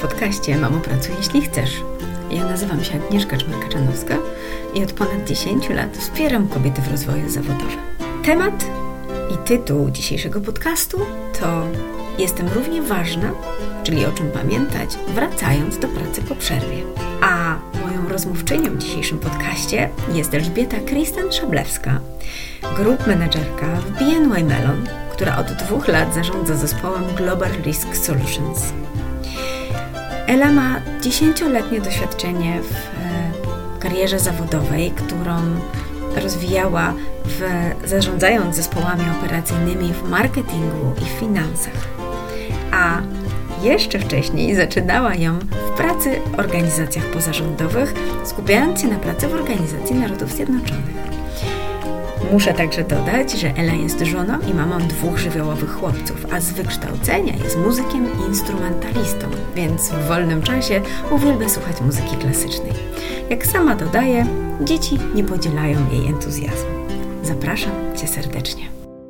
podcaście Mamo Pracuj, jeśli chcesz. Ja nazywam się Agnieszka Czmarka-Czanowska i od ponad 10 lat wspieram kobiety w rozwoju zawodowym. Temat i tytuł dzisiejszego podcastu to Jestem równie ważna, czyli o czym pamiętać, wracając do pracy po przerwie. A moją rozmówczynią w dzisiejszym podcaście jest Elżbieta Kristen-Szablewska, group managerka w BNY Mellon, która od 2 lat zarządza zespołem Global Risk Solutions. Ela ma 10-letnie doświadczenie w karierze zawodowej, którą rozwijała zarządzając zespołami operacyjnymi w marketingu i finansach. A jeszcze wcześniej zaczynała ją w pracy w organizacjach pozarządowych, skupiając się na pracy w Organizacji Narodów Zjednoczonych. Muszę także dodać, że Ela jest żoną i mamą 2 żywiołowych chłopców, a z wykształcenia jest muzykiem i instrumentalistą, więc w wolnym czasie uwielbia słuchać muzyki klasycznej. Jak sama dodaje, dzieci nie podzielają jej entuzjazmu. Zapraszam Cię serdecznie.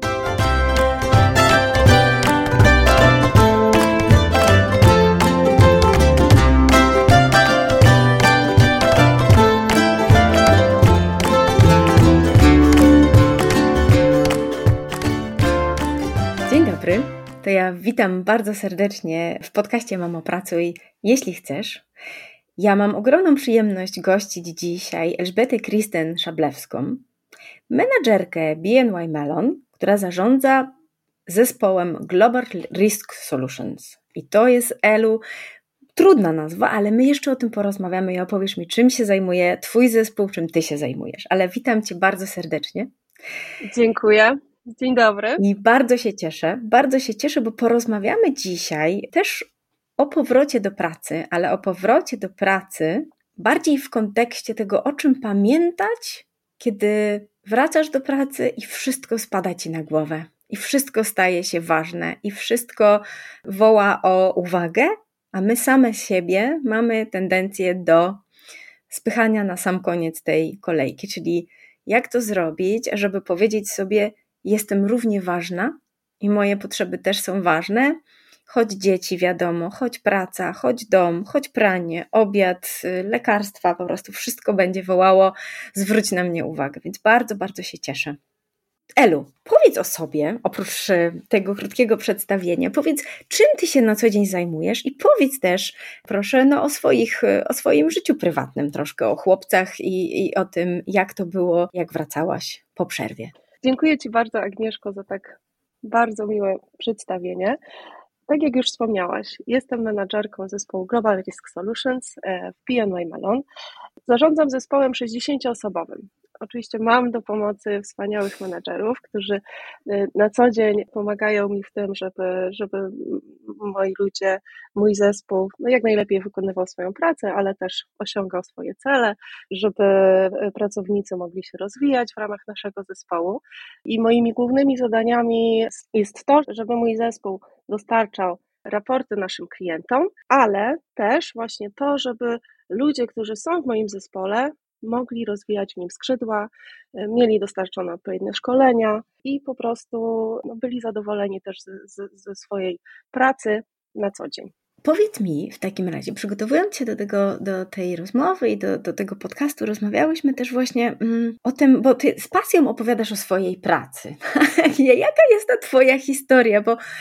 Dzień dobry, to ja witam bardzo serdecznie w podcaście Mamo Pracuj, jeśli chcesz. Ja mam ogromną przyjemność gościć dzisiaj Elżbietę Kristen-Szablewską, menadżerkę BNY Mellon, która zarządza zespołem Global Risk Solutions. I to jest, Elu, trudna nazwa, ale my jeszcze o tym porozmawiamy i opowiesz mi, czym się zajmuje Twój zespół, czym Ty się zajmujesz. Ale witam Cię bardzo serdecznie. Dziękuję. Dzień dobry. I bardzo się cieszę, bo porozmawiamy dzisiaj też o powrocie do pracy, ale o powrocie do pracy bardziej w kontekście tego, o czym pamiętać, kiedy wracasz do pracy i wszystko spada Ci na głowę. I wszystko staje się ważne i wszystko woła o uwagę, a my same siebie mamy tendencję do spychania na sam koniec tej kolejki, czyli jak to zrobić, żeby powiedzieć sobie, jestem równie ważna i moje potrzeby też są ważne, choć dzieci wiadomo, choć praca, choć dom, choć pranie, obiad, lekarstwa, po prostu wszystko będzie wołało, zwróć na mnie uwagę, więc bardzo, bardzo się cieszę. Elu, powiedz o sobie, oprócz tego krótkiego przedstawienia, powiedz, czym Ty się na co dzień zajmujesz i powiedz też, proszę, o swoim życiu prywatnym troszkę, o chłopcach i o tym, jak to było, jak wracałaś po przerwie. Dziękuję Ci bardzo, Agnieszko, za tak bardzo miłe przedstawienie. Tak jak już wspomniałaś, jestem menadżerką zespołu Global Risk Solutions w BNY Mellon. Zarządzam zespołem 60-osobowym. Oczywiście mam do pomocy wspaniałych menadżerów, którzy na co dzień pomagają mi w tym, żeby moi ludzie, mój zespół jak najlepiej wykonywał swoją pracę, ale też osiągał swoje cele, żeby pracownicy mogli się rozwijać w ramach naszego zespołu. I moimi głównymi zadaniami jest to, żeby mój zespół dostarczał raporty naszym klientom, ale też właśnie to, żeby ludzie, którzy są w moim zespole, mogli rozwijać w nim skrzydła, mieli dostarczone odpowiednie szkolenia i po prostu byli zadowoleni też ze swojej pracy na co dzień. Powiedz mi w takim razie, przygotowując się do tej rozmowy i do tego podcastu, rozmawiałyśmy też właśnie o tym, bo Ty z pasją opowiadasz o swojej pracy. Jaka jest ta Twoja historia?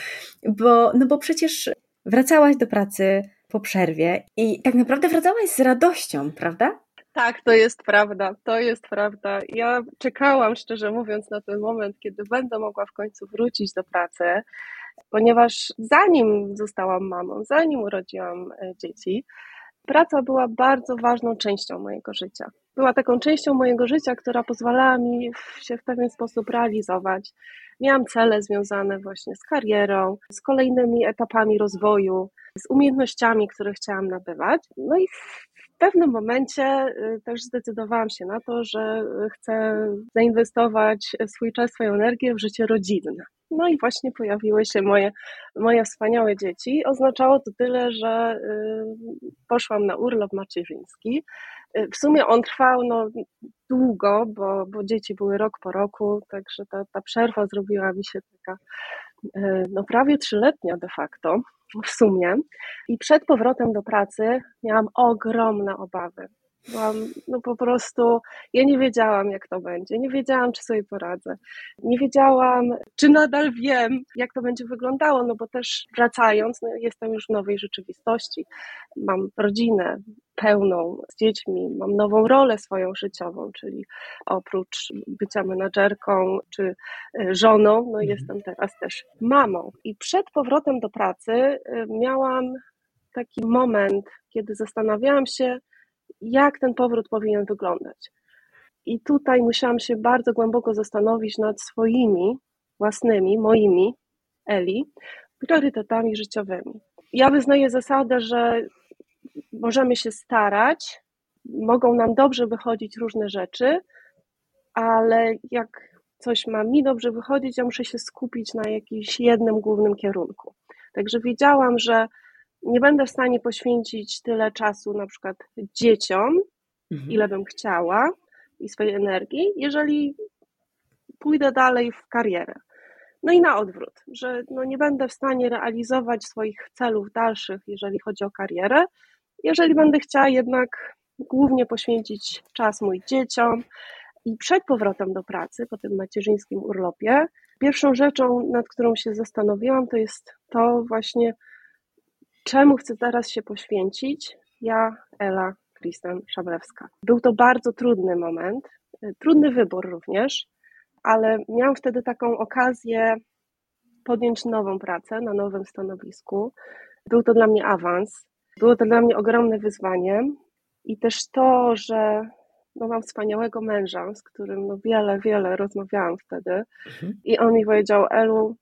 Bo przecież wracałaś do pracy po przerwie i tak naprawdę wracałaś z radością, prawda? Tak, to jest prawda. Ja czekałam, szczerze mówiąc, na ten moment, kiedy będę mogła w końcu wrócić do pracy, ponieważ zanim zostałam mamą, zanim urodziłam dzieci, praca była bardzo ważną częścią mojego życia. Była taką częścią mojego życia, która pozwalała mi się w pewien sposób realizować. Miałam cele związane właśnie z karierą, z kolejnymi etapami rozwoju, z umiejętnościami, które chciałam nabywać. No i w pewnym momencie też zdecydowałam się na to, że chcę zainwestować swój czas, swoją energię w życie rodzinne. No i właśnie pojawiły się moje wspaniałe dzieci. Oznaczało to tyle, że poszłam na urlop macierzyński. W sumie on trwał długo, bo dzieci były rok po roku, także ta przerwa zrobiła mi się taka prawie 3-letnia de facto. w sumie. I przed powrotem do pracy miałam ogromne obawy. Byłam, po prostu, ja nie wiedziałam, jak to będzie, nie wiedziałam, czy sobie poradzę, nie wiedziałam, czy nadal wiem, jak to będzie wyglądało, bo też wracając, jestem już w nowej rzeczywistości, mam rodzinę pełną z dziećmi, mam nową rolę swoją życiową, czyli oprócz bycia menadżerką czy żoną, jestem teraz też mamą. I przed powrotem do pracy miałam taki moment, kiedy zastanawiałam się, jak ten powrót powinien wyglądać. I tutaj musiałam się bardzo głęboko zastanowić nad swoimi własnymi, moimi, Eli, priorytetami życiowymi. Ja wyznaję zasadę, że możemy się starać, mogą nam dobrze wychodzić różne rzeczy, ale jak coś ma mi dobrze wychodzić, ja muszę się skupić na jakimś jednym głównym kierunku. Także wiedziałam, że nie będę w stanie poświęcić tyle czasu na przykład dzieciom, ile bym chciała i swojej energii, jeżeli pójdę dalej w karierę. I na odwrót, że nie będę w stanie realizować swoich celów dalszych, jeżeli chodzi o karierę, jeżeli będę chciała jednak głównie poświęcić czas moim dzieciom. I przed powrotem do pracy, po tym macierzyńskim urlopie, pierwszą rzeczą, nad którą się zastanowiłam, to jest to właśnie, czemu chcę teraz się poświęcić ja, Ela Christen-Szablewska. Był to bardzo trudny moment, trudny wybór również, ale miałam wtedy taką okazję podjąć nową pracę na nowym stanowisku. Był to dla mnie awans, było to dla mnie ogromne wyzwanie i też to, że mam wspaniałego męża, z którym wiele rozmawiałam wtedy i on mi powiedział: Elu,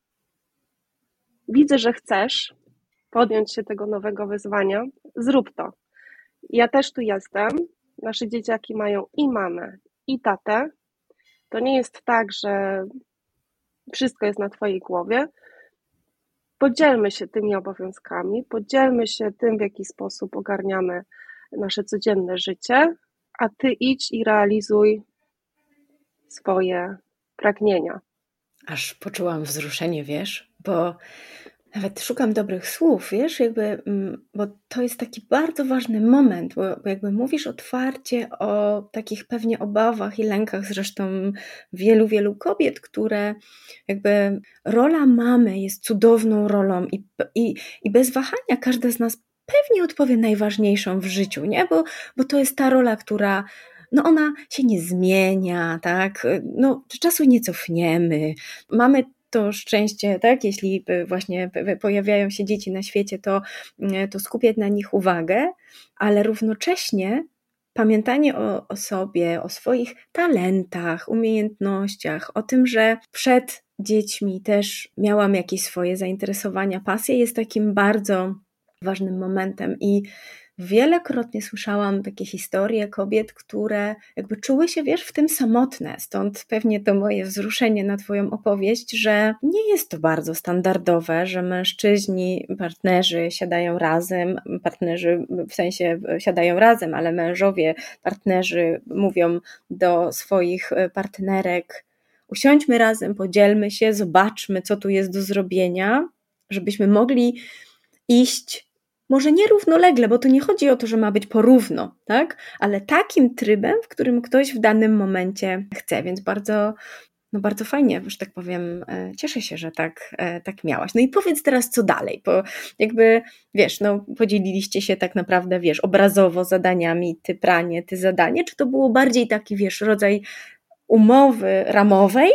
widzę, że chcesz podjąć się tego nowego wyzwania, zrób to. Ja też tu jestem, nasze dzieciaki mają i mamę, i tatę. To nie jest tak, że wszystko jest na twojej głowie. Podzielmy się tymi obowiązkami, podzielmy się tym, w jaki sposób ogarniamy nasze codzienne życie, a ty idź i realizuj swoje pragnienia. Aż poczułam wzruszenie, wiesz, bo nawet szukam dobrych słów, wiesz, bo to jest taki bardzo ważny moment, bo jakby mówisz otwarcie o takich pewnie obawach i lękach, zresztą wielu kobiet, które jakby rola mamy jest cudowną rolą i bez wahania każda z nas pewnie odpowie najważniejszą w życiu, nie? Bo to jest ta rola, która ona się nie zmienia, tak? Czasu nie cofniemy. Mamy to szczęście, tak? Jeśli właśnie pojawiają się dzieci na świecie, to skupiać na nich uwagę, ale równocześnie pamiętanie o sobie, o swoich talentach, umiejętnościach, o tym, że przed dziećmi też miałam jakieś swoje zainteresowania, pasje, jest takim bardzo ważnym momentem i wielokrotnie słyszałam takie historie kobiet, które jakby czuły się, wiesz, w tym samotne. Stąd pewnie to moje wzruszenie na twoją opowieść, że nie jest to bardzo standardowe, że mężczyźni, partnerzy siadają razem, partnerzy w sensie siadają razem, ale mężowie, partnerzy mówią do swoich partnerek: usiądźmy razem, podzielmy się, zobaczmy, co tu jest do zrobienia, żebyśmy mogli iść może nie równolegle, bo tu nie chodzi o to, że ma być porówno, tak? Ale takim trybem, w którym ktoś w danym momencie chce, więc bardzo fajnie, że tak powiem, cieszę się, że tak miałaś. I powiedz teraz, co dalej, bo jakby, wiesz, podzieliliście się tak naprawdę, wiesz, obrazowo zadaniami, ty pranie, ty zadanie, czy to było bardziej taki, wiesz, rodzaj umowy ramowej?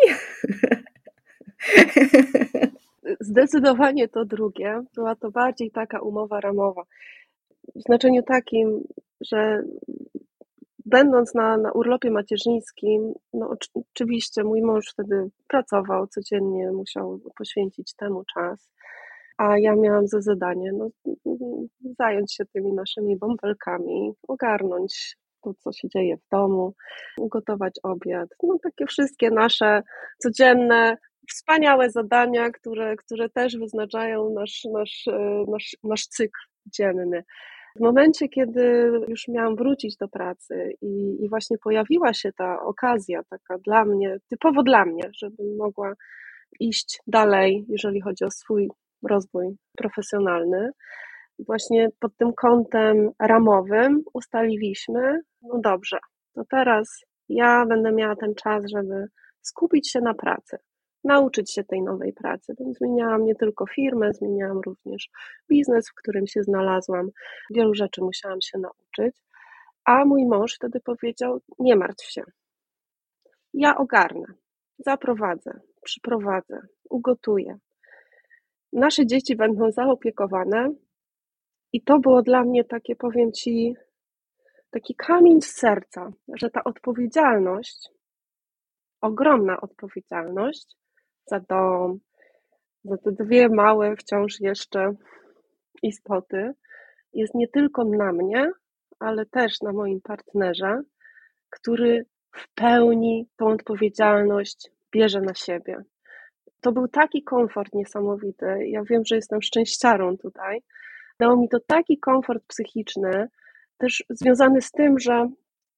Zdecydowanie to drugie. Była to bardziej taka umowa ramowa. W znaczeniu takim, że będąc na urlopie macierzyńskim, oczywiście mój mąż wtedy pracował, codziennie musiał poświęcić temu czas, a ja miałam za zadanie zająć się tymi naszymi bąbelkami, ogarnąć to, co się dzieje w domu, ugotować obiad, takie wszystkie nasze codzienne, wspaniałe zadania, które też wyznaczają nasz cykl dzienny. W momencie, kiedy już miałam wrócić do pracy i właśnie pojawiła się ta okazja taka dla mnie, typowo dla mnie, żebym mogła iść dalej, jeżeli chodzi o swój rozwój profesjonalny. Właśnie pod tym kątem ramowym ustaliliśmy, no dobrze, to teraz ja będę miała ten czas, żeby skupić się na pracy, nauczyć się tej nowej pracy. Więc zmieniałam nie tylko firmę, zmieniałam również biznes, w którym się znalazłam. Wielu rzeczy musiałam się nauczyć. A mój mąż wtedy powiedział: nie martw się, ja ogarnę, zaprowadzę, przyprowadzę, ugotuję. Nasze dzieci będą zaopiekowane i to było dla mnie takie, powiem Ci, taki kamień z serca, że ta odpowiedzialność, ogromna odpowiedzialność za dom, za te dwie małe wciąż jeszcze istoty jest nie tylko na mnie, ale też na moim partnerze, który w pełni tą odpowiedzialność bierze na siebie. To był taki komfort niesamowity. Ja wiem, że jestem szczęściarą tutaj. Dało mi to taki komfort psychiczny, też związany z tym, że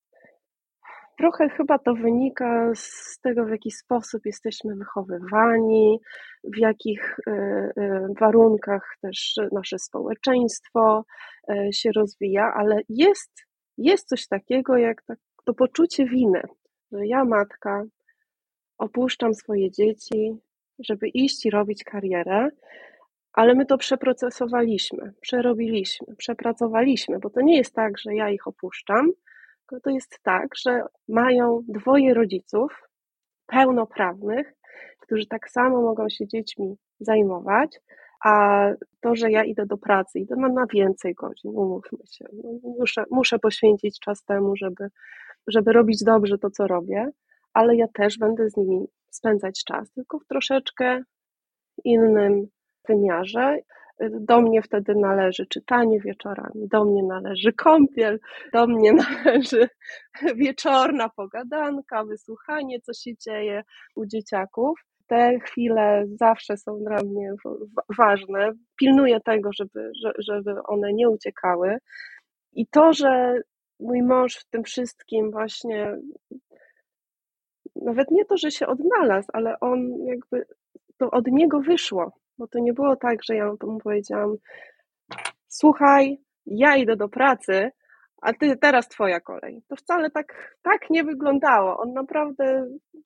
trochę chyba to wynika z tego, w jaki sposób jesteśmy wychowywani, w jakich warunkach też nasze społeczeństwo się rozwija, ale jest coś takiego jak to poczucie winy, że ja, matka, opuszczam swoje dzieci, żeby iść i robić karierę, ale my to przeprocesowaliśmy, przerobiliśmy, przepracowaliśmy, bo to nie jest tak, że ja ich opuszczam, tylko to jest tak, że mają dwoje rodziców pełnoprawnych, którzy tak samo mogą się dziećmi zajmować, a to, że ja idę do pracy, idę na więcej godzin, umówmy się, muszę poświęcić czas temu, żeby robić dobrze to, co robię, ale ja też będę z nimi spędzać czas, tylko w troszeczkę innym wymiarze. Do mnie wtedy należy czytanie wieczorami, do mnie należy kąpiel, do mnie należy wieczorna pogadanka, wysłuchanie, co się dzieje u dzieciaków. Te chwile zawsze są dla mnie ważne. Pilnuję tego, żeby one nie uciekały. I to, że mój mąż w tym wszystkim właśnie, nawet nie to, że się odnalazł, ale on jakby, to od niego wyszło, bo to nie było tak, że ja mu powiedziałam: słuchaj, ja idę do pracy, a teraz twoja kolej. To wcale tak nie wyglądało. On naprawdę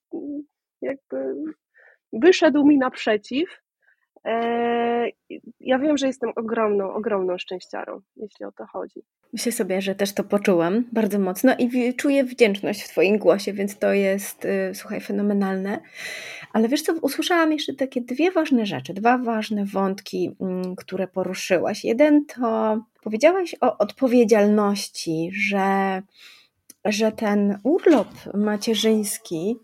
jakby wyszedł mi naprzeciw. Ja wiem, że jestem ogromną szczęściarą, jeśli o to chodzi. Myślę sobie, że też to poczułam bardzo mocno i czuję wdzięczność w Twoim głosie, więc to jest, słuchaj, fenomenalne. Ale wiesz co, usłyszałam jeszcze takie dwie ważne rzeczy, dwa ważne wątki, które poruszyłaś. Jeden to powiedziałaś o odpowiedzialności, że ten urlop macierzyński,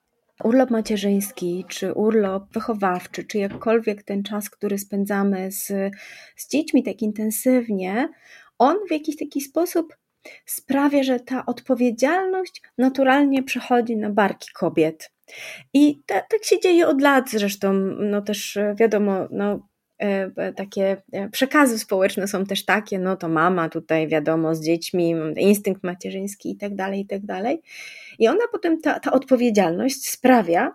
czy urlop wychowawczy, czy jakkolwiek ten czas, który spędzamy z dziećmi tak intensywnie, on w jakiś taki sposób sprawia, że ta odpowiedzialność naturalnie przechodzi na barki kobiet. I tak się dzieje od lat zresztą, no też wiadomo, takie przekazy społeczne są też takie, no to mama tutaj wiadomo z dziećmi, instynkt macierzyński i tak dalej, i tak dalej. I ona potem, ta odpowiedzialność sprawia,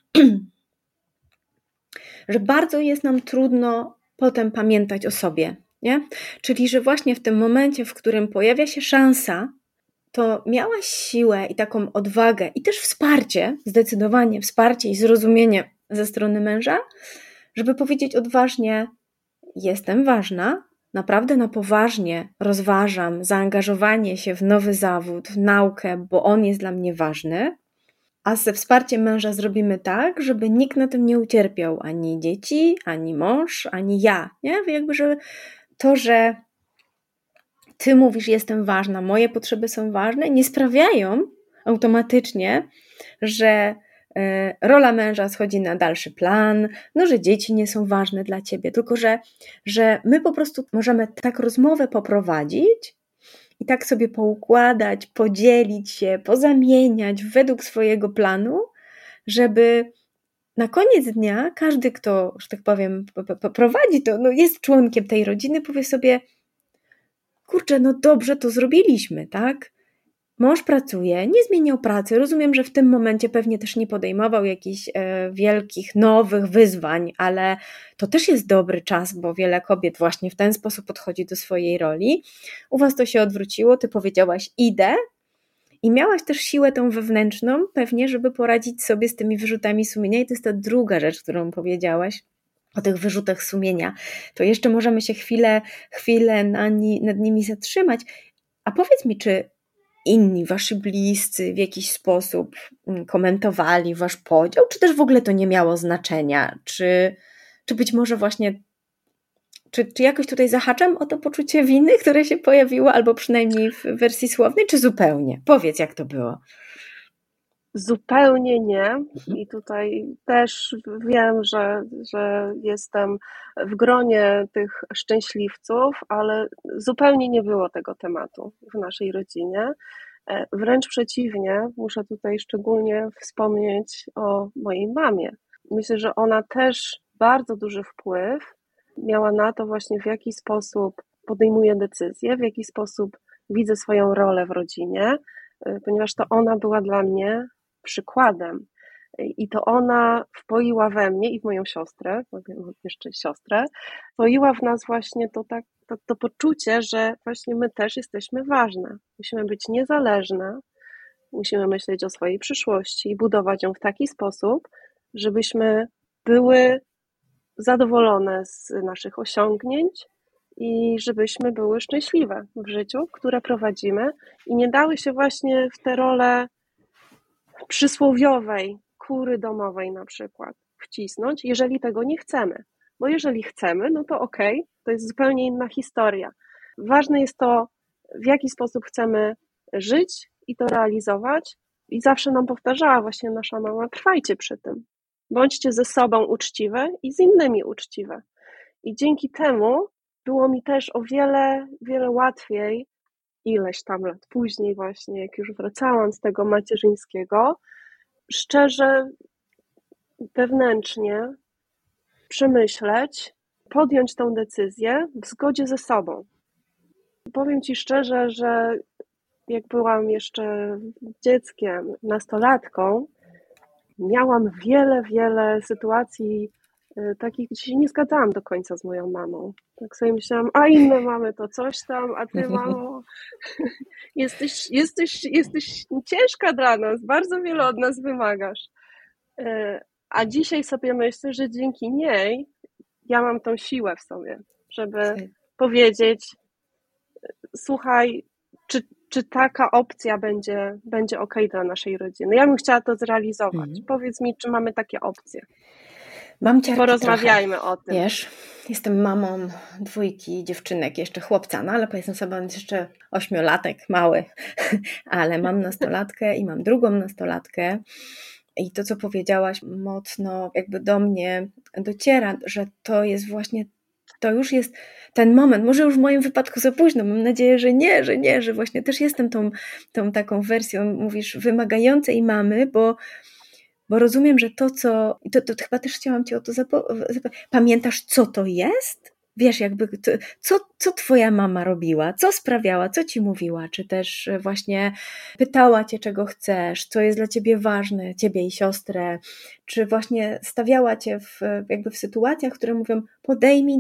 że bardzo jest nam trudno potem pamiętać o sobie, nie? Czyli, że właśnie w tym momencie, w którym pojawia się szansa, to miałaś siłę i taką odwagę i też wsparcie, zdecydowanie wsparcie i zrozumienie ze strony męża, żeby powiedzieć odważnie: jestem ważna, naprawdę na poważnie rozważam zaangażowanie się w nowy zawód, w naukę, bo on jest dla mnie ważny, a ze wsparciem męża zrobimy tak, żeby nikt na tym nie ucierpiał, ani dzieci, ani mąż, ani ja, nie? Jakby, że to, że ty mówisz, jestem ważna, moje potrzeby są ważne, nie sprawiają automatycznie, że rola męża schodzi na dalszy plan, no, że dzieci nie są ważne dla ciebie, tylko że my po prostu możemy tak rozmowę poprowadzić i tak sobie poukładać, podzielić się, pozamieniać według swojego planu, żeby na koniec dnia każdy, kto, że tak powiem, prowadzi to, no jest członkiem tej rodziny, powie sobie: kurczę, no dobrze to zrobiliśmy, tak? Mąż pracuje, nie zmieniał pracy. Rozumiem, że w tym momencie pewnie też nie podejmował jakichś wielkich, nowych wyzwań, ale to też jest dobry czas, bo wiele kobiet właśnie w ten sposób podchodzi do swojej roli. U was to się odwróciło, ty powiedziałaś idę i miałaś też siłę tą wewnętrzną pewnie, żeby poradzić sobie z tymi wyrzutami sumienia i to jest ta druga rzecz, którą powiedziałaś o tych wyrzutach sumienia. To jeszcze możemy się chwilę nad nimi zatrzymać. A powiedz mi, czy inni, wasi bliscy w jakiś sposób komentowali wasz podział, czy też w ogóle to nie miało znaczenia? Czy być może właśnie, czy jakoś tutaj zahaczam o to poczucie winy, które się pojawiło, albo przynajmniej w wersji słownej, czy zupełnie? Powiedz, jak to było. Zupełnie nie. I tutaj też wiem, że jestem w gronie tych szczęśliwców, ale zupełnie nie było tego tematu w naszej rodzinie. Wręcz przeciwnie, muszę tutaj szczególnie wspomnieć o mojej mamie. Myślę, że ona też bardzo duży wpływ miała na to właśnie, w jaki sposób podejmuję decyzje, w jaki sposób widzę swoją rolę w rodzinie, ponieważ to ona była dla mnie przykładem. I to ona wpoiła we mnie i w moją siostrę, bo mam jeszcze siostrę, wpoiła w nas właśnie to poczucie, że właśnie my też jesteśmy ważne. Musimy być niezależne, musimy myśleć o swojej przyszłości i budować ją w taki sposób, żebyśmy były zadowolone z naszych osiągnięć i żebyśmy były szczęśliwe w życiu, które prowadzimy i nie dały się właśnie w tę rolę przysłowiowej kury domowej na przykład wcisnąć, jeżeli tego nie chcemy. Bo jeżeli chcemy, no to okej, to jest zupełnie inna historia. Ważne jest to, w jaki sposób chcemy żyć i to realizować. I zawsze nam powtarzała właśnie nasza mama, trwajcie przy tym. Bądźcie ze sobą uczciwe i z innymi uczciwe. I dzięki temu było mi też o wiele, wiele łatwiej ileś tam lat później właśnie, jak już wracałam z tego macierzyńskiego, szczerze, wewnętrznie przemyśleć, podjąć tą decyzję w zgodzie ze sobą. Powiem Ci szczerze, że jak byłam jeszcze dzieckiem, nastolatką, miałam wiele sytuacji takich, gdzie się nie zgadzałam do końca z moją mamą. Tak sobie myślałam, a inne mamy to coś tam, a ty, mamo, jesteś ciężka dla nas, bardzo wiele od nas wymagasz. A dzisiaj sobie myślę, że dzięki niej ja mam tą siłę w sobie, żeby powiedzieć, słuchaj, czy taka opcja będzie okej dla naszej rodziny. Ja bym chciała to zrealizować. Powiedz mi, czy mamy takie opcje. Mam ciarki Porozmawiajmy trochę. o tym. Wiesz, jestem mamą 2 dziewczynek, jeszcze chłopca, no ale powiedzmy sobie, on jest jeszcze 8-latek, mały, ale mam nastolatkę i mam drugą nastolatkę. I to, co powiedziałaś, mocno jakby do mnie dociera, że to jest właśnie, to już jest ten moment, może już w moim wypadku za późno, mam nadzieję, że nie, że właśnie też jestem tą taką wersją, mówisz, wymagającej mamy, bo rozumiem, że to chyba też chciałam Cię o to pamiętasz, co to jest? Wiesz, jakby, co Twoja mama robiła, co sprawiała, co Ci mówiła, czy też właśnie pytała Cię, czego chcesz, co jest dla Ciebie ważne, Ciebie i siostrę, czy właśnie stawiała Cię jakby w sytuacjach, które mówią, podejmij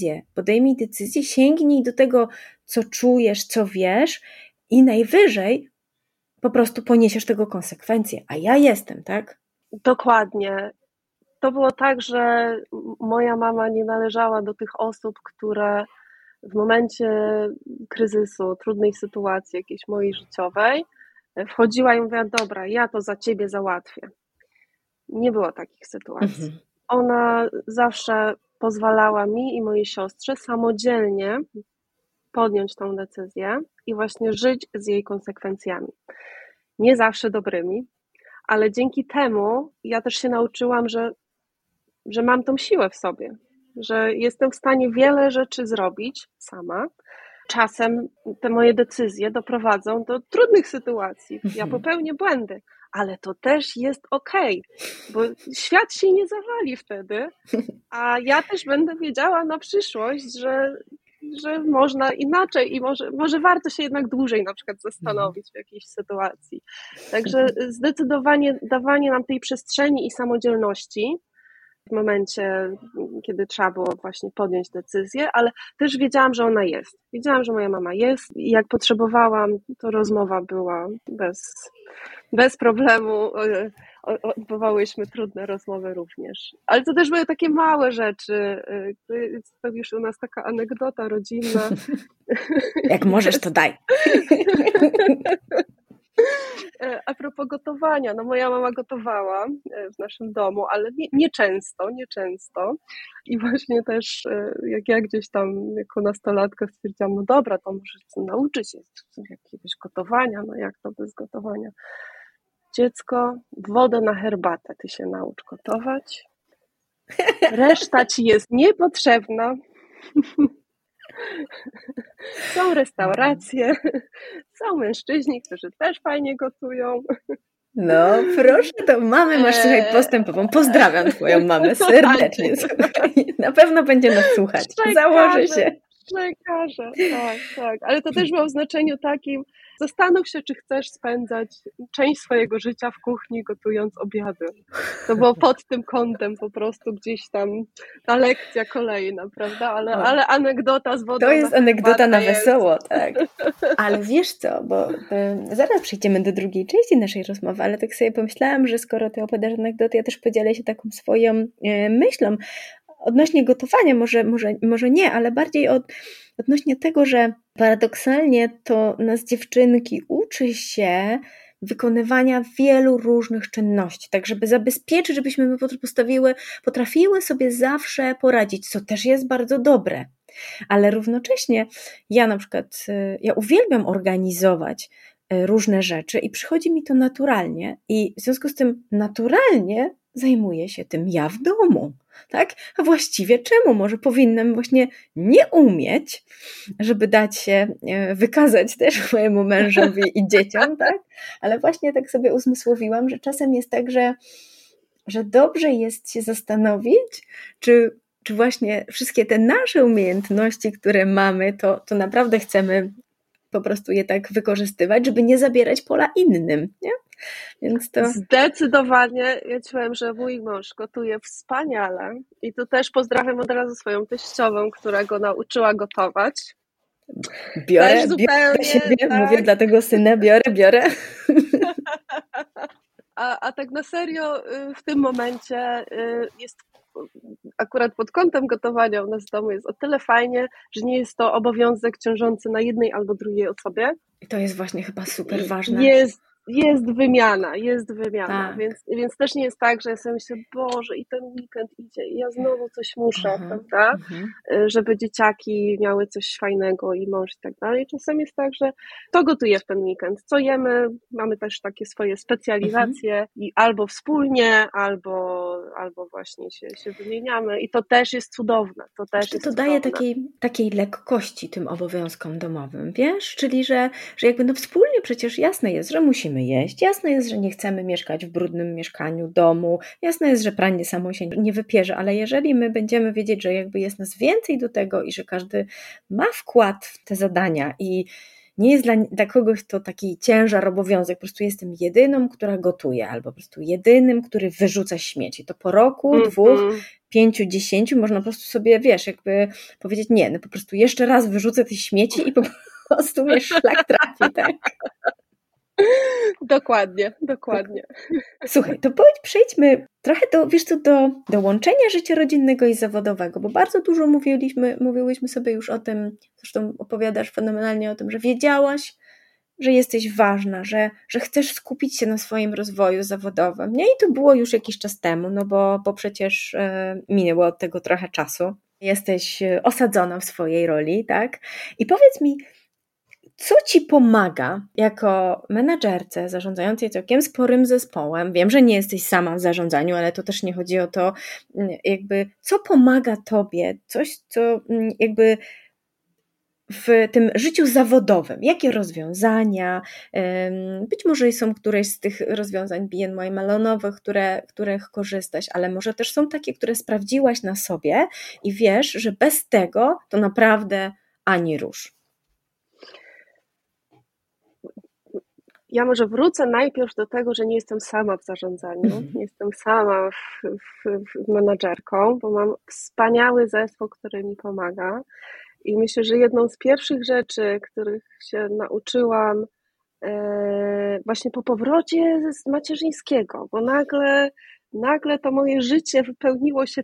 decyzję, sięgnij do tego, co czujesz, co wiesz i najwyżej po prostu poniesiesz tego konsekwencje, a ja jestem, tak? Dokładnie. To było tak, że moja mama nie należała do tych osób, które w momencie kryzysu, trudnej sytuacji jakiejś mojej życiowej wchodziła i mówiła, dobra, ja to za ciebie załatwię. Nie było takich sytuacji. Ona zawsze pozwalała mi i mojej siostrze samodzielnie podjąć tą decyzję i właśnie żyć z jej konsekwencjami. Nie zawsze dobrymi, ale dzięki temu ja też się nauczyłam, że mam tą siłę w sobie, że jestem w stanie wiele rzeczy zrobić sama. Czasem te moje decyzje doprowadzą do trudnych sytuacji. Ja popełnię błędy, ale to też jest okej, bo świat się nie zawali wtedy, a ja też będę wiedziała na przyszłość, że że można inaczej i może warto się jednak dłużej na przykład zastanowić w jakiejś sytuacji. Także zdecydowanie dawanie nam tej przestrzeni i samodzielności w momencie, kiedy trzeba było właśnie podjąć decyzję, ale też wiedziałam, że ona jest. Wiedziałam, że moja mama jest i jak potrzebowałam, to rozmowa była bez problemu. Odbywałyśmy trudne rozmowy również. Ale to też były takie małe rzeczy. To już u nas taka anegdota rodzinna. Jak możesz, to daj. A propos gotowania, no moja mama gotowała w naszym domu, ale nie często. I właśnie też jak ja gdzieś tam jako nastolatka stwierdziłam, no dobra, to może nauczy się jakiegoś gotowania, no jak to bez gotowania. Dziecko, wodę na herbatę ty się naucz gotować. Reszta ci jest niepotrzebna. Są restauracje, są mężczyźni, którzy też fajnie gotują. No proszę, to mamy masz, słuchaj, postępową. Pozdrawiam twoją mamę serdecznie. Na pewno będzie nas słuchać. Założę się. Przekażę, tak. Ale to też było w znaczeniu takim, zastanów się, czy chcesz spędzać część swojego życia w kuchni gotując obiady. To było pod tym kątem po prostu gdzieś tam ta lekcja kolejna, prawda? Ale anegdota z wodą. To jest anegdota na wesoło, tak. Ale wiesz co, bo zaraz przejdziemy do drugiej części naszej rozmowy, ale tak sobie pomyślałam, że skoro ty opowiadasz anegdotę, ja też podzielę się taką swoją myślą odnośnie gotowania, może nie, ale bardziej odnośnie tego, że paradoksalnie to nas dziewczynki uczy się wykonywania wielu różnych czynności, tak żeby zabezpieczyć, żebyśmy my potrafiły sobie zawsze poradzić, co też jest bardzo dobre. Ale równocześnie ja na przykład, ja uwielbiam organizować różne rzeczy i przychodzi mi to naturalnie i w związku z tym naturalnie zajmuję się tym ja w domu, tak? A właściwie czemu? Może powinnam właśnie nie umieć, żeby dać się wykazać też mojemu mężowi i dzieciom, tak? Ale właśnie tak sobie uzmysłowiłam, że czasem jest tak, że dobrze jest się zastanowić, czy właśnie wszystkie te nasze umiejętności, które mamy, to naprawdę chcemy po prostu je tak wykorzystywać, żeby nie zabierać pola innym, nie? Więc to... Zdecydowanie, ja ci powiem, że mój mąż gotuje wspaniale i tu też pozdrawiam od razu swoją teściową, która go nauczyła gotować. Biorę do siebie, tak. Mówię dla tego syna, biorę. A tak na serio w tym momencie jest akurat pod kątem gotowania u nas w domu jest o tyle fajnie, że nie jest to obowiązek ciążący na jednej albo drugiej osobie. I to jest właśnie chyba super ważne. Jest wymiana, tak. więc też nie jest tak, że ja sobie myślę, Boże, i ten weekend idzie i ja znowu coś muszę, prawda, żeby dzieciaki miały coś fajnego i mąż i tak dalej. Czasem jest tak, że to gotuje w ten weekend, co jemy, mamy też takie swoje specjalizacje i albo wspólnie, albo właśnie się wymieniamy i to też jest cudowne. To daje takiej lekkości tym obowiązkom domowym, wiesz? Czyli, że jakby wspólnie przecież jasne jest, że musimy jeść, jasne jest, że nie chcemy mieszkać w brudnym mieszkaniu, domu, jasne jest, że pranie samo się nie wypierze, ale jeżeli my będziemy wiedzieć, że jakby jest nas więcej do tego i że każdy ma wkład w te zadania i nie jest dla kogoś to taki ciężar, obowiązek, po prostu jestem jedyną, która gotuje, albo po prostu jedynym, który wyrzuca śmieci. To po roku, 2, 5, 10 można po prostu sobie, wiesz, jakby powiedzieć, nie, no po prostu jeszcze raz wyrzucę te śmieci i po prostu mnie szlak trafi, tak? Dokładnie. Słuchaj, to przejdźmy trochę do łączenia życia rodzinnego i zawodowego, bo bardzo dużo mówiłyśmy sobie już o tym, zresztą opowiadasz fenomenalnie o tym, że wiedziałaś, że jesteś ważna, że chcesz skupić się na swoim rozwoju zawodowym, nie? I to było już jakiś czas temu, no bo przecież minęło od tego trochę czasu. Jesteś osadzona w swojej roli, tak? I powiedz mi, co ci pomaga jako menadżerce zarządzającej całkiem sporym zespołem? Wiem, że nie jesteś sama w zarządzaniu, ale to też nie chodzi o to, jakby co pomaga tobie, coś, co jakby w tym życiu zawodowym, jakie rozwiązania, być może są któreś z tych rozwiązań BNY Melonowych, których korzystasz, ale może też są takie, które sprawdziłaś na sobie i wiesz, że bez tego to naprawdę ani rusz. Ja może wrócę najpierw do tego, że nie jestem sama w zarządzaniu, nie jestem sama w menadżerką, bo mam wspaniały zespół, który mi pomaga i myślę, że jedną z pierwszych rzeczy, których się nauczyłam właśnie po powrocie z macierzyńskiego, bo nagle to moje życie wypełniło się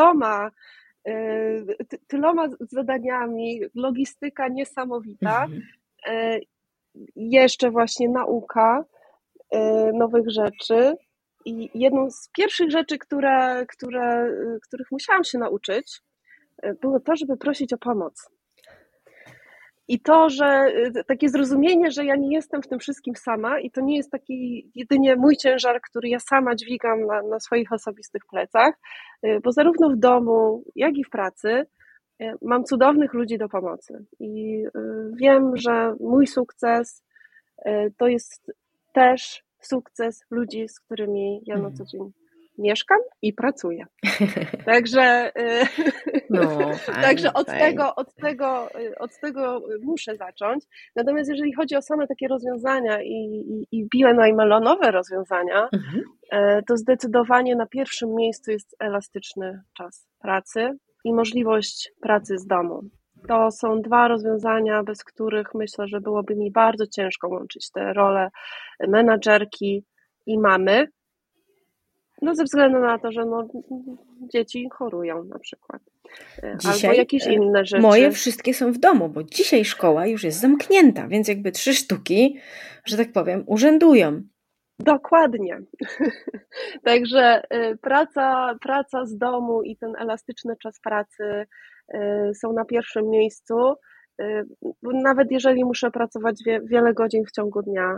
tyloma zadaniami, logistyka niesamowita, jeszcze właśnie nauka nowych rzeczy i jedną z pierwszych rzeczy, których musiałam się nauczyć, było to, żeby prosić o pomoc. I to, że takie zrozumienie, że ja nie jestem w tym wszystkim sama i to nie jest taki jedynie mój ciężar, który ja sama dźwigam na swoich osobistych plecach, bo zarówno w domu, jak i w pracy mam cudownych ludzi do pomocy. I wiem, że mój sukces to jest też sukces ludzi, z którymi ja na co dzień mieszkam i pracuję. Także, także od tego muszę zacząć. Natomiast jeżeli chodzi o same takie rozwiązania i BNI Melonowe rozwiązania, to zdecydowanie na pierwszym miejscu jest elastyczny czas pracy i możliwość pracy z domu. To są dwa rozwiązania, bez których myślę, że byłoby mi bardzo ciężko łączyć te role menadżerki i mamy. No ze względu na to, że dzieci chorują na przykład. Dzisiaj albo jakieś inne rzeczy. Moje wszystkie są w domu, bo dzisiaj szkoła już jest zamknięta, więc jakby 3 sztuki, że tak powiem, urzędują. Dokładnie. Także praca z domu i ten elastyczny czas pracy są na pierwszym miejscu. Nawet jeżeli muszę pracować wiele godzin w ciągu dnia,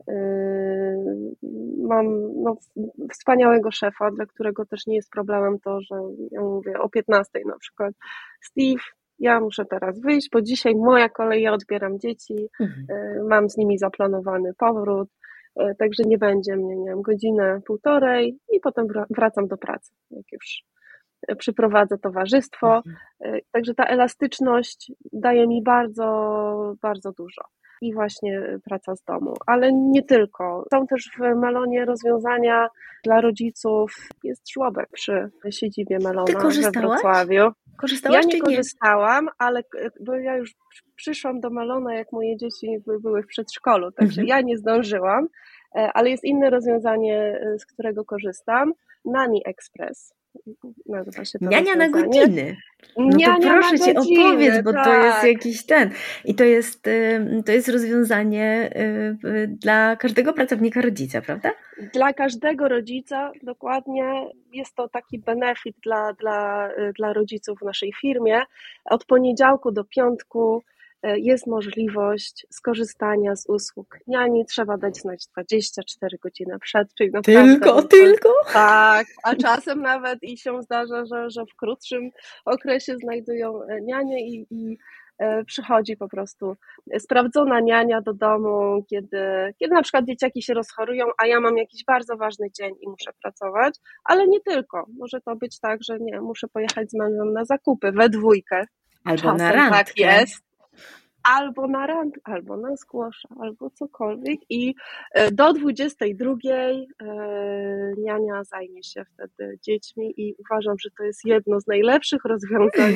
mam wspaniałego szefa, dla którego też nie jest problemem to, że ja mówię o 15 na przykład: Steve, ja muszę teraz wyjść, bo dzisiaj moja kolej, ja odbieram dzieci, mam z nimi zaplanowany powrót, także nie będzie mnie, nie wiem, godzinę, półtorej i potem wracam do pracy, jak już przyprowadzę towarzystwo. Także ta elastyczność daje mi bardzo, bardzo dużo. I właśnie praca z domu, ale nie tylko. Są też w Melonie rozwiązania dla rodziców. Jest żłobek przy siedzibie Melona we Wrocławiu. Korzystałaś, ja nie korzystałam, ale bo ja już przyszłam do Melona, jak moje dzieci były w przedszkolu, także ja nie zdążyłam, ale jest inne rozwiązanie, z którego korzystam. Nanny Express. Nazywa się to Niania na godziny. Niania to proszę Cię, opowiedz, bo tak. To jest jakiś i to jest rozwiązanie dla każdego pracownika rodzica, prawda? Dla każdego rodzica, dokładnie. Jest to taki benefit dla rodziców w naszej firmie. Od poniedziałku do piątku jest możliwość skorzystania z usług niani. Trzeba dać znać 24 godziny przed. Czyli Tylko? Tak, a czasem nawet i się zdarza, że w krótszym okresie znajdują nianie i przychodzi po prostu sprawdzona niania do domu, kiedy na przykład dzieciaki się rozchorują, a ja mam jakiś bardzo ważny dzień i muszę pracować, ale nie tylko. Może to być tak, że nie, muszę pojechać z mężem na zakupy we dwójkę. Albo czasem na randkę. Tak jest. Albo na randkę, albo na squasha, albo cokolwiek i do 22 niania zajmie się wtedy dziećmi i uważam, że to jest jedno z najlepszych rozwiązań,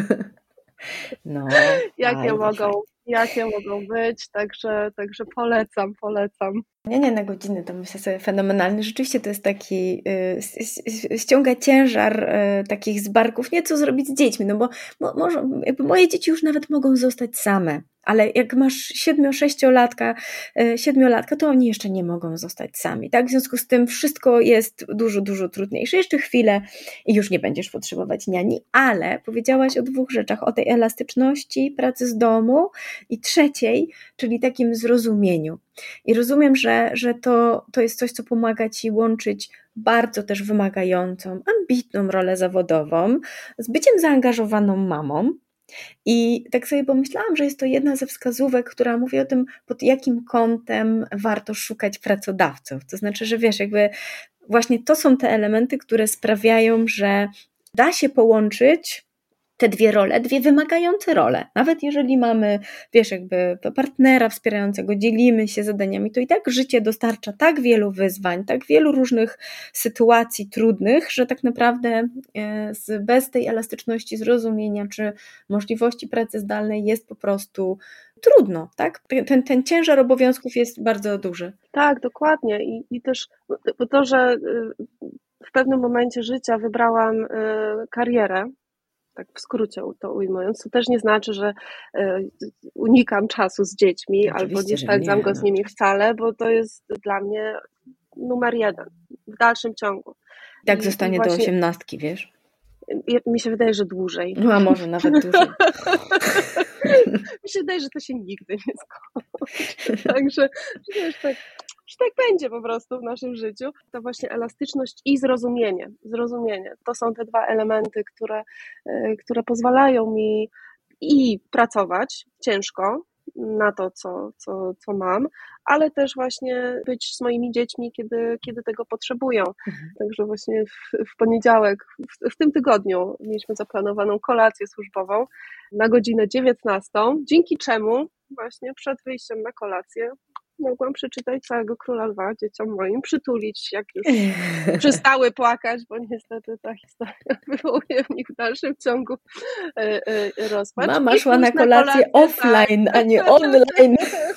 jakie mogą być, także polecam. Nie, na godzinę to myślę sobie fenomenalny. Rzeczywiście to jest taki, ściąga ciężar takich zbarków, nie co zrobić z dziećmi, no bo może, jakby moje dzieci już nawet mogą zostać same, ale jak masz 7-6-latka, to oni jeszcze nie mogą zostać sami, tak? W związku z tym wszystko jest dużo, dużo trudniejsze. Jeszcze chwilę i już nie będziesz potrzebować niani, ale powiedziałaś o 2 rzeczach, o tej elastyczności pracy z domu i trzeciej, czyli takim zrozumieniu. I rozumiem, że to jest coś, co pomaga Ci łączyć bardzo też wymagającą, ambitną rolę zawodową z byciem zaangażowaną mamą. I tak sobie pomyślałam, że jest to jedna ze wskazówek, która mówi o tym, pod jakim kątem warto szukać pracodawców. To znaczy, że wiesz, jakby właśnie to są te elementy, które sprawiają, że da się połączyć te dwie role, dwie wymagające role. Nawet jeżeli mamy, wiesz, jakby partnera wspierającego, dzielimy się zadaniami, to i tak życie dostarcza tak wielu wyzwań, tak wielu różnych sytuacji trudnych, że tak naprawdę bez tej elastyczności zrozumienia czy możliwości pracy zdalnej jest po prostu trudno, tak? Ten ciężar obowiązków jest bardzo duży. Tak, dokładnie. I też to, że w pewnym momencie życia wybrałam karierę, tak w skrócie to ujmując, to też nie znaczy, że unikam czasu z dziećmi, albo nie spędzam go z nimi wcale, bo to jest dla mnie numer jeden w dalszym ciągu. Tak zostanie do 18, wiesz? Mi się wydaje, że dłużej. No a może nawet dłużej. Mi się wydaje, że to się nigdy nie skończy. Także wiesz, tak będzie po prostu w naszym życiu. To właśnie elastyczność i zrozumienie. To są te dwa elementy, które pozwalają mi i pracować ciężko na to, co mam, ale też właśnie być z moimi dziećmi, kiedy tego potrzebują. Także właśnie w poniedziałek, w tym tygodniu mieliśmy zaplanowaną kolację służbową na godzinę 19, dzięki czemu właśnie przed wyjściem na kolację mogłam przeczytać całego Króla Lwa dzieciom moim, przytulić, jak już przestały płakać, bo niestety ta historia wywołuje w nich w dalszym ciągu rozpacz. Mama szła na kolację offline, tak, a nie online.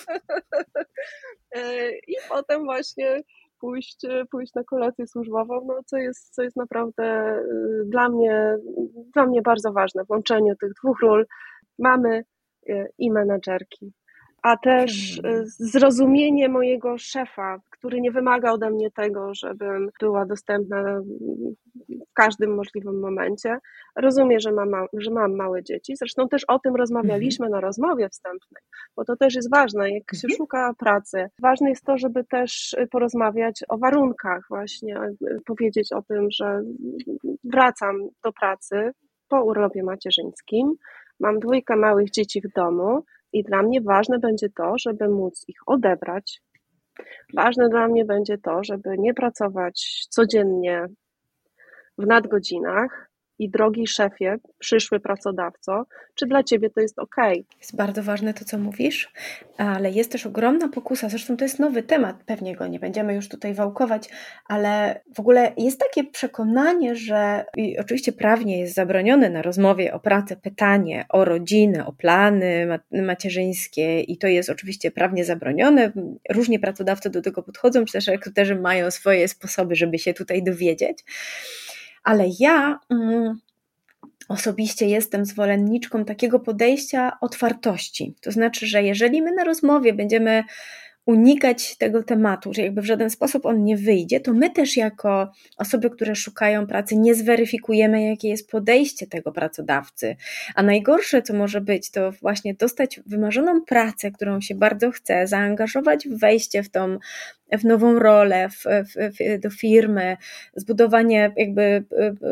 I potem właśnie pójść na kolację służbową, no, co jest naprawdę dla mnie bardzo ważne w łączeniu tych dwóch ról, mamy i menadżerki. A też zrozumienie mojego szefa, który nie wymaga ode mnie tego, żebym była dostępna w każdym możliwym momencie. Rozumie, że mam małe dzieci. Zresztą też o tym rozmawialiśmy na rozmowie wstępnej, bo to też jest ważne, jak się szuka pracy. Ważne jest to, żeby też porozmawiać o warunkach właśnie, powiedzieć o tym, że wracam do pracy po urlopie macierzyńskim, mam 2 małych dzieci w domu, i dla mnie ważne będzie to, żeby móc ich odebrać. Ważne dla mnie będzie to, żeby nie pracować codziennie w nadgodzinach i drogi szefie, przyszły pracodawco, czy dla ciebie to jest okej? Jest bardzo ważne to, co mówisz, ale jest też ogromna pokusa, zresztą to jest nowy temat, pewnie go nie będziemy już tutaj wałkować, ale w ogóle jest takie przekonanie, że i oczywiście prawnie jest zabronione na rozmowie o pracę pytanie o rodzinę, o plany macierzyńskie i to jest oczywiście prawnie zabronione. Różnie pracodawcy do tego podchodzą, czy też rekruterzy mają swoje sposoby, żeby się tutaj dowiedzieć. Ale ja osobiście jestem zwolenniczką takiego podejścia otwartości. To znaczy, że jeżeli my na rozmowie będziemy unikać tego tematu, że jakby w żaden sposób on nie wyjdzie, to my też jako osoby, które szukają pracy, nie zweryfikujemy, jakie jest podejście tego pracodawcy. A najgorsze, co może być, to właśnie dostać wymarzoną pracę, którą się bardzo chce, zaangażować w wejście w nową rolę, do firmy, zbudowanie jakby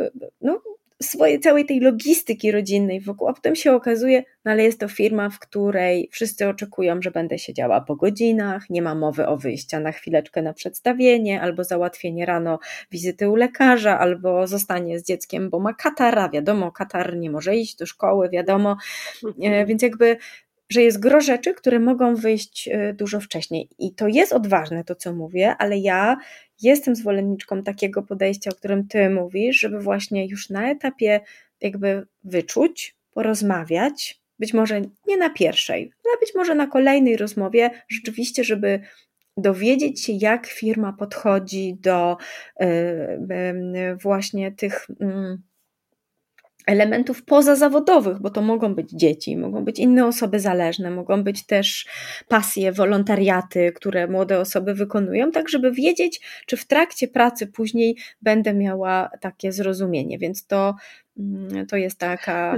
całej tej logistyki rodzinnej wokół, a potem się okazuje, no ale jest to firma, w której wszyscy oczekują, że będę siedziała po godzinach, nie ma mowy o wyjściu na chwileczkę na przedstawienie, albo załatwienie rano wizyty u lekarza, albo zostanie z dzieckiem, bo ma katar, wiadomo, katar nie może iść do szkoły, wiadomo, więc jakby że jest gro rzeczy, które mogą wyjść dużo wcześniej. I to jest odważne to, co mówię, ale ja jestem zwolenniczką takiego podejścia, o którym ty mówisz, żeby właśnie już na etapie jakby wyczuć, porozmawiać, być może nie na pierwszej, ale być może na kolejnej rozmowie, rzeczywiście, żeby dowiedzieć się, jak firma podchodzi do właśnie tych elementów pozazawodowych, bo to mogą być dzieci, mogą być inne osoby zależne, mogą być też pasje, wolontariaty, które młode osoby wykonują, tak żeby wiedzieć, czy w trakcie pracy później będę miała takie zrozumienie, więc to jest taka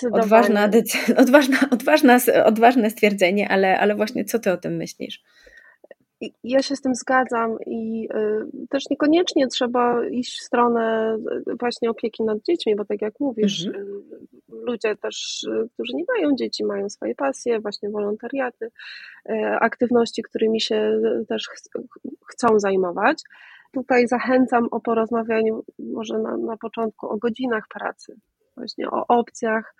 odważne stwierdzenie, ale właśnie co ty o tym myślisz? Ja się z tym zgadzam i też niekoniecznie trzeba iść w stronę właśnie opieki nad dziećmi, bo tak jak mówisz, ludzie też, którzy nie mają dzieci, mają swoje pasje, właśnie wolontariaty, aktywności, którymi się też chcą zajmować. Tutaj zachęcam o porozmawianiu może na początku o godzinach pracy, właśnie o opcjach,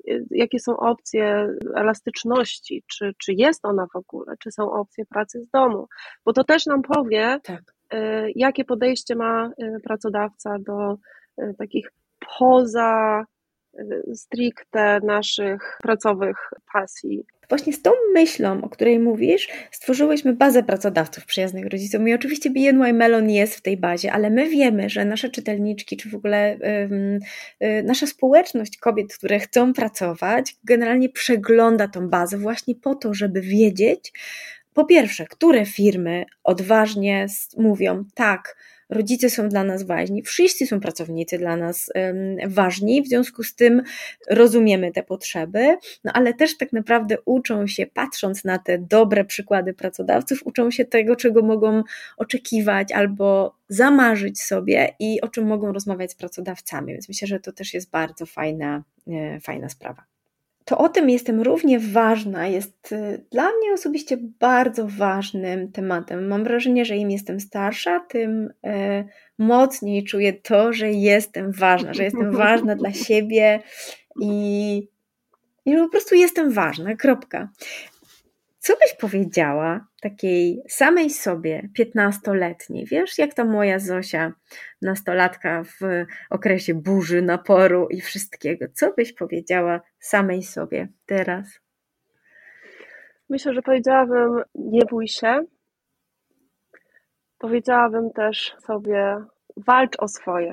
jakie są opcje elastyczności, czy jest ona w ogóle, czy są opcje pracy z domu, bo to też nam powie, jakie podejście ma pracodawca do takich poza stricte naszych pracowych pasji. Właśnie z tą myślą, o której mówisz, stworzyłyśmy bazę pracodawców przyjaznych rodzicom i oczywiście BNY Mellon jest w tej bazie, ale my wiemy, że nasze czytelniczki, czy w ogóle nasza społeczność kobiet, które chcą pracować, generalnie przegląda tą bazę właśnie po to, żeby wiedzieć, po pierwsze, które firmy odważnie mówią tak, rodzice są dla nas ważni, wszyscy są pracownicy dla nas ważni, w związku z tym rozumiemy te potrzeby, no ale też tak naprawdę uczą się, patrząc na te dobre przykłady pracodawców, uczą się tego, czego mogą oczekiwać albo zamarzyć sobie i o czym mogą rozmawiać z pracodawcami, więc myślę, że to też jest bardzo fajna sprawa. To o tym jestem równie ważna, jest dla mnie osobiście bardzo ważnym tematem. Mam wrażenie, że im jestem starsza, tym mocniej czuję to, że jestem ważna dla siebie i po prostu jestem ważna, kropka. Co byś powiedziała takiej samej sobie 15-letniej, wiesz, jak ta moja Zosia, nastolatka w okresie burzy, naporu i wszystkiego, co byś powiedziała samej sobie teraz? Myślę, że powiedziałabym, nie bój się. Powiedziałabym też sobie, walcz o swoje.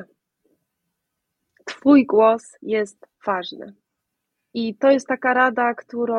Twój głos jest ważny. I to jest taka rada,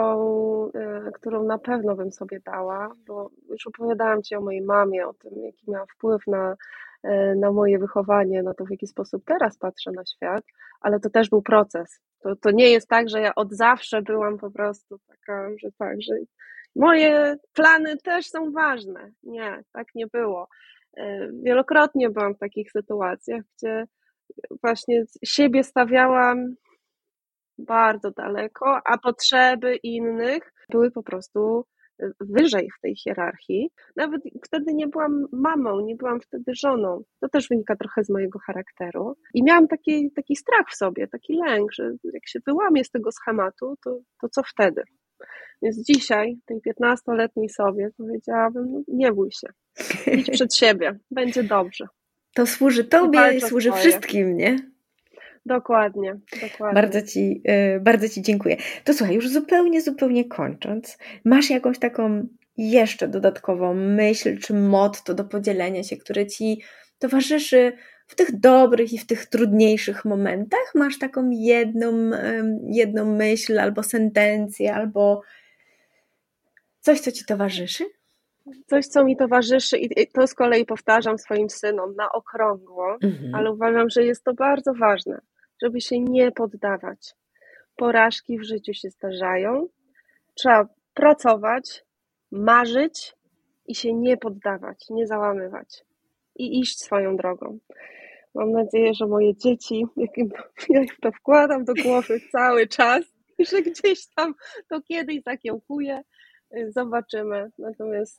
którą na pewno bym sobie dała, bo już opowiadałam Ci o mojej mamie, o tym, jaki miała wpływ na moje wychowanie, na to, w jaki sposób teraz patrzę na świat, ale to też był proces. To nie jest tak, że ja od zawsze byłam po prostu taka, że moje plany też są ważne. Nie, tak nie było. Wielokrotnie byłam w takich sytuacjach, gdzie właśnie siebie stawiałam bardzo daleko, a potrzeby innych były po prostu wyżej w tej hierarchii. Nawet wtedy nie byłam mamą, nie byłam wtedy żoną. To też wynika trochę z mojego charakteru. I miałam taki strach w sobie, taki lęk, że jak się wyłamię z tego schematu, to co wtedy? Więc dzisiaj, tej 15-letniej sobie powiedziałabym, no, nie bój się, idź przed siebie, będzie dobrze. To służy tobie i służy wszystkim, nie? Dokładnie. Bardzo Ci dziękuję. To słuchaj, już zupełnie kończąc, masz jakąś taką jeszcze dodatkową myśl czy motto do podzielenia się, które Ci towarzyszy w tych dobrych i w tych trudniejszych momentach? Masz taką jedną myśl albo sentencję, albo coś, co Ci towarzyszy? Coś, co mi towarzyszy i to z kolei powtarzam swoim synom na okrągło, ale uważam, że jest to bardzo ważne, żeby się nie poddawać. Porażki w życiu się zdarzają, trzeba pracować, marzyć i się nie poddawać, nie załamywać i iść swoją drogą. Mam nadzieję, że moje dzieci, ja im to wkładam do głowy cały czas, że gdzieś tam to kiedyś zakiełkuje, zobaczymy. Natomiast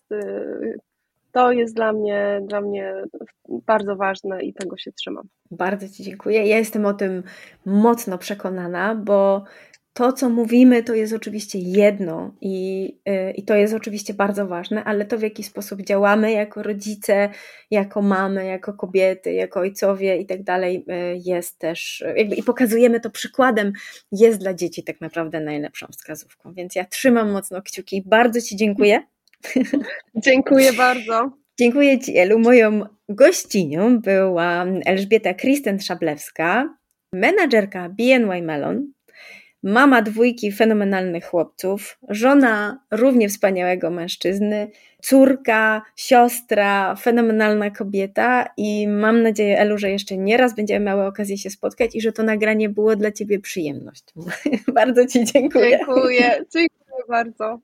to jest dla mnie bardzo ważne i tego się trzymam. Bardzo Ci dziękuję. Ja jestem o tym mocno przekonana, bo to, co mówimy, to jest oczywiście jedno i to jest oczywiście bardzo ważne, ale to, w jaki sposób działamy jako rodzice, jako mamy, jako kobiety, jako ojcowie i tak dalej, jest też, i pokazujemy to przykładem, jest dla dzieci tak naprawdę najlepszą wskazówką. Więc ja trzymam mocno kciuki. Bardzo Ci dziękuję. Dziękuję bardzo. Dziękuję Ci, Elu. Moją gościnią była Elżbieta Christen-Szablewska, menadżerka BNY Mellon, mama 2 fenomenalnych chłopców, żona równie wspaniałego mężczyzny, córka, siostra, fenomenalna kobieta i mam nadzieję, Elu, że jeszcze nie raz będziemy miały okazję się spotkać i że to nagranie było dla Ciebie przyjemnością. Bardzo Ci dziękuję. Dziękuję bardzo.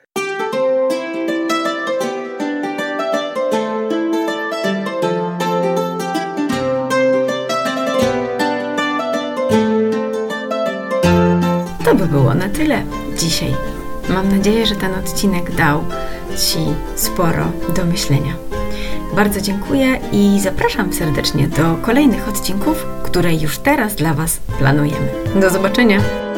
To by było na tyle dzisiaj. Mam nadzieję, że ten odcinek dał Ci sporo do myślenia. Bardzo dziękuję i zapraszam serdecznie do kolejnych odcinków, które już teraz dla Was planujemy. Do zobaczenia!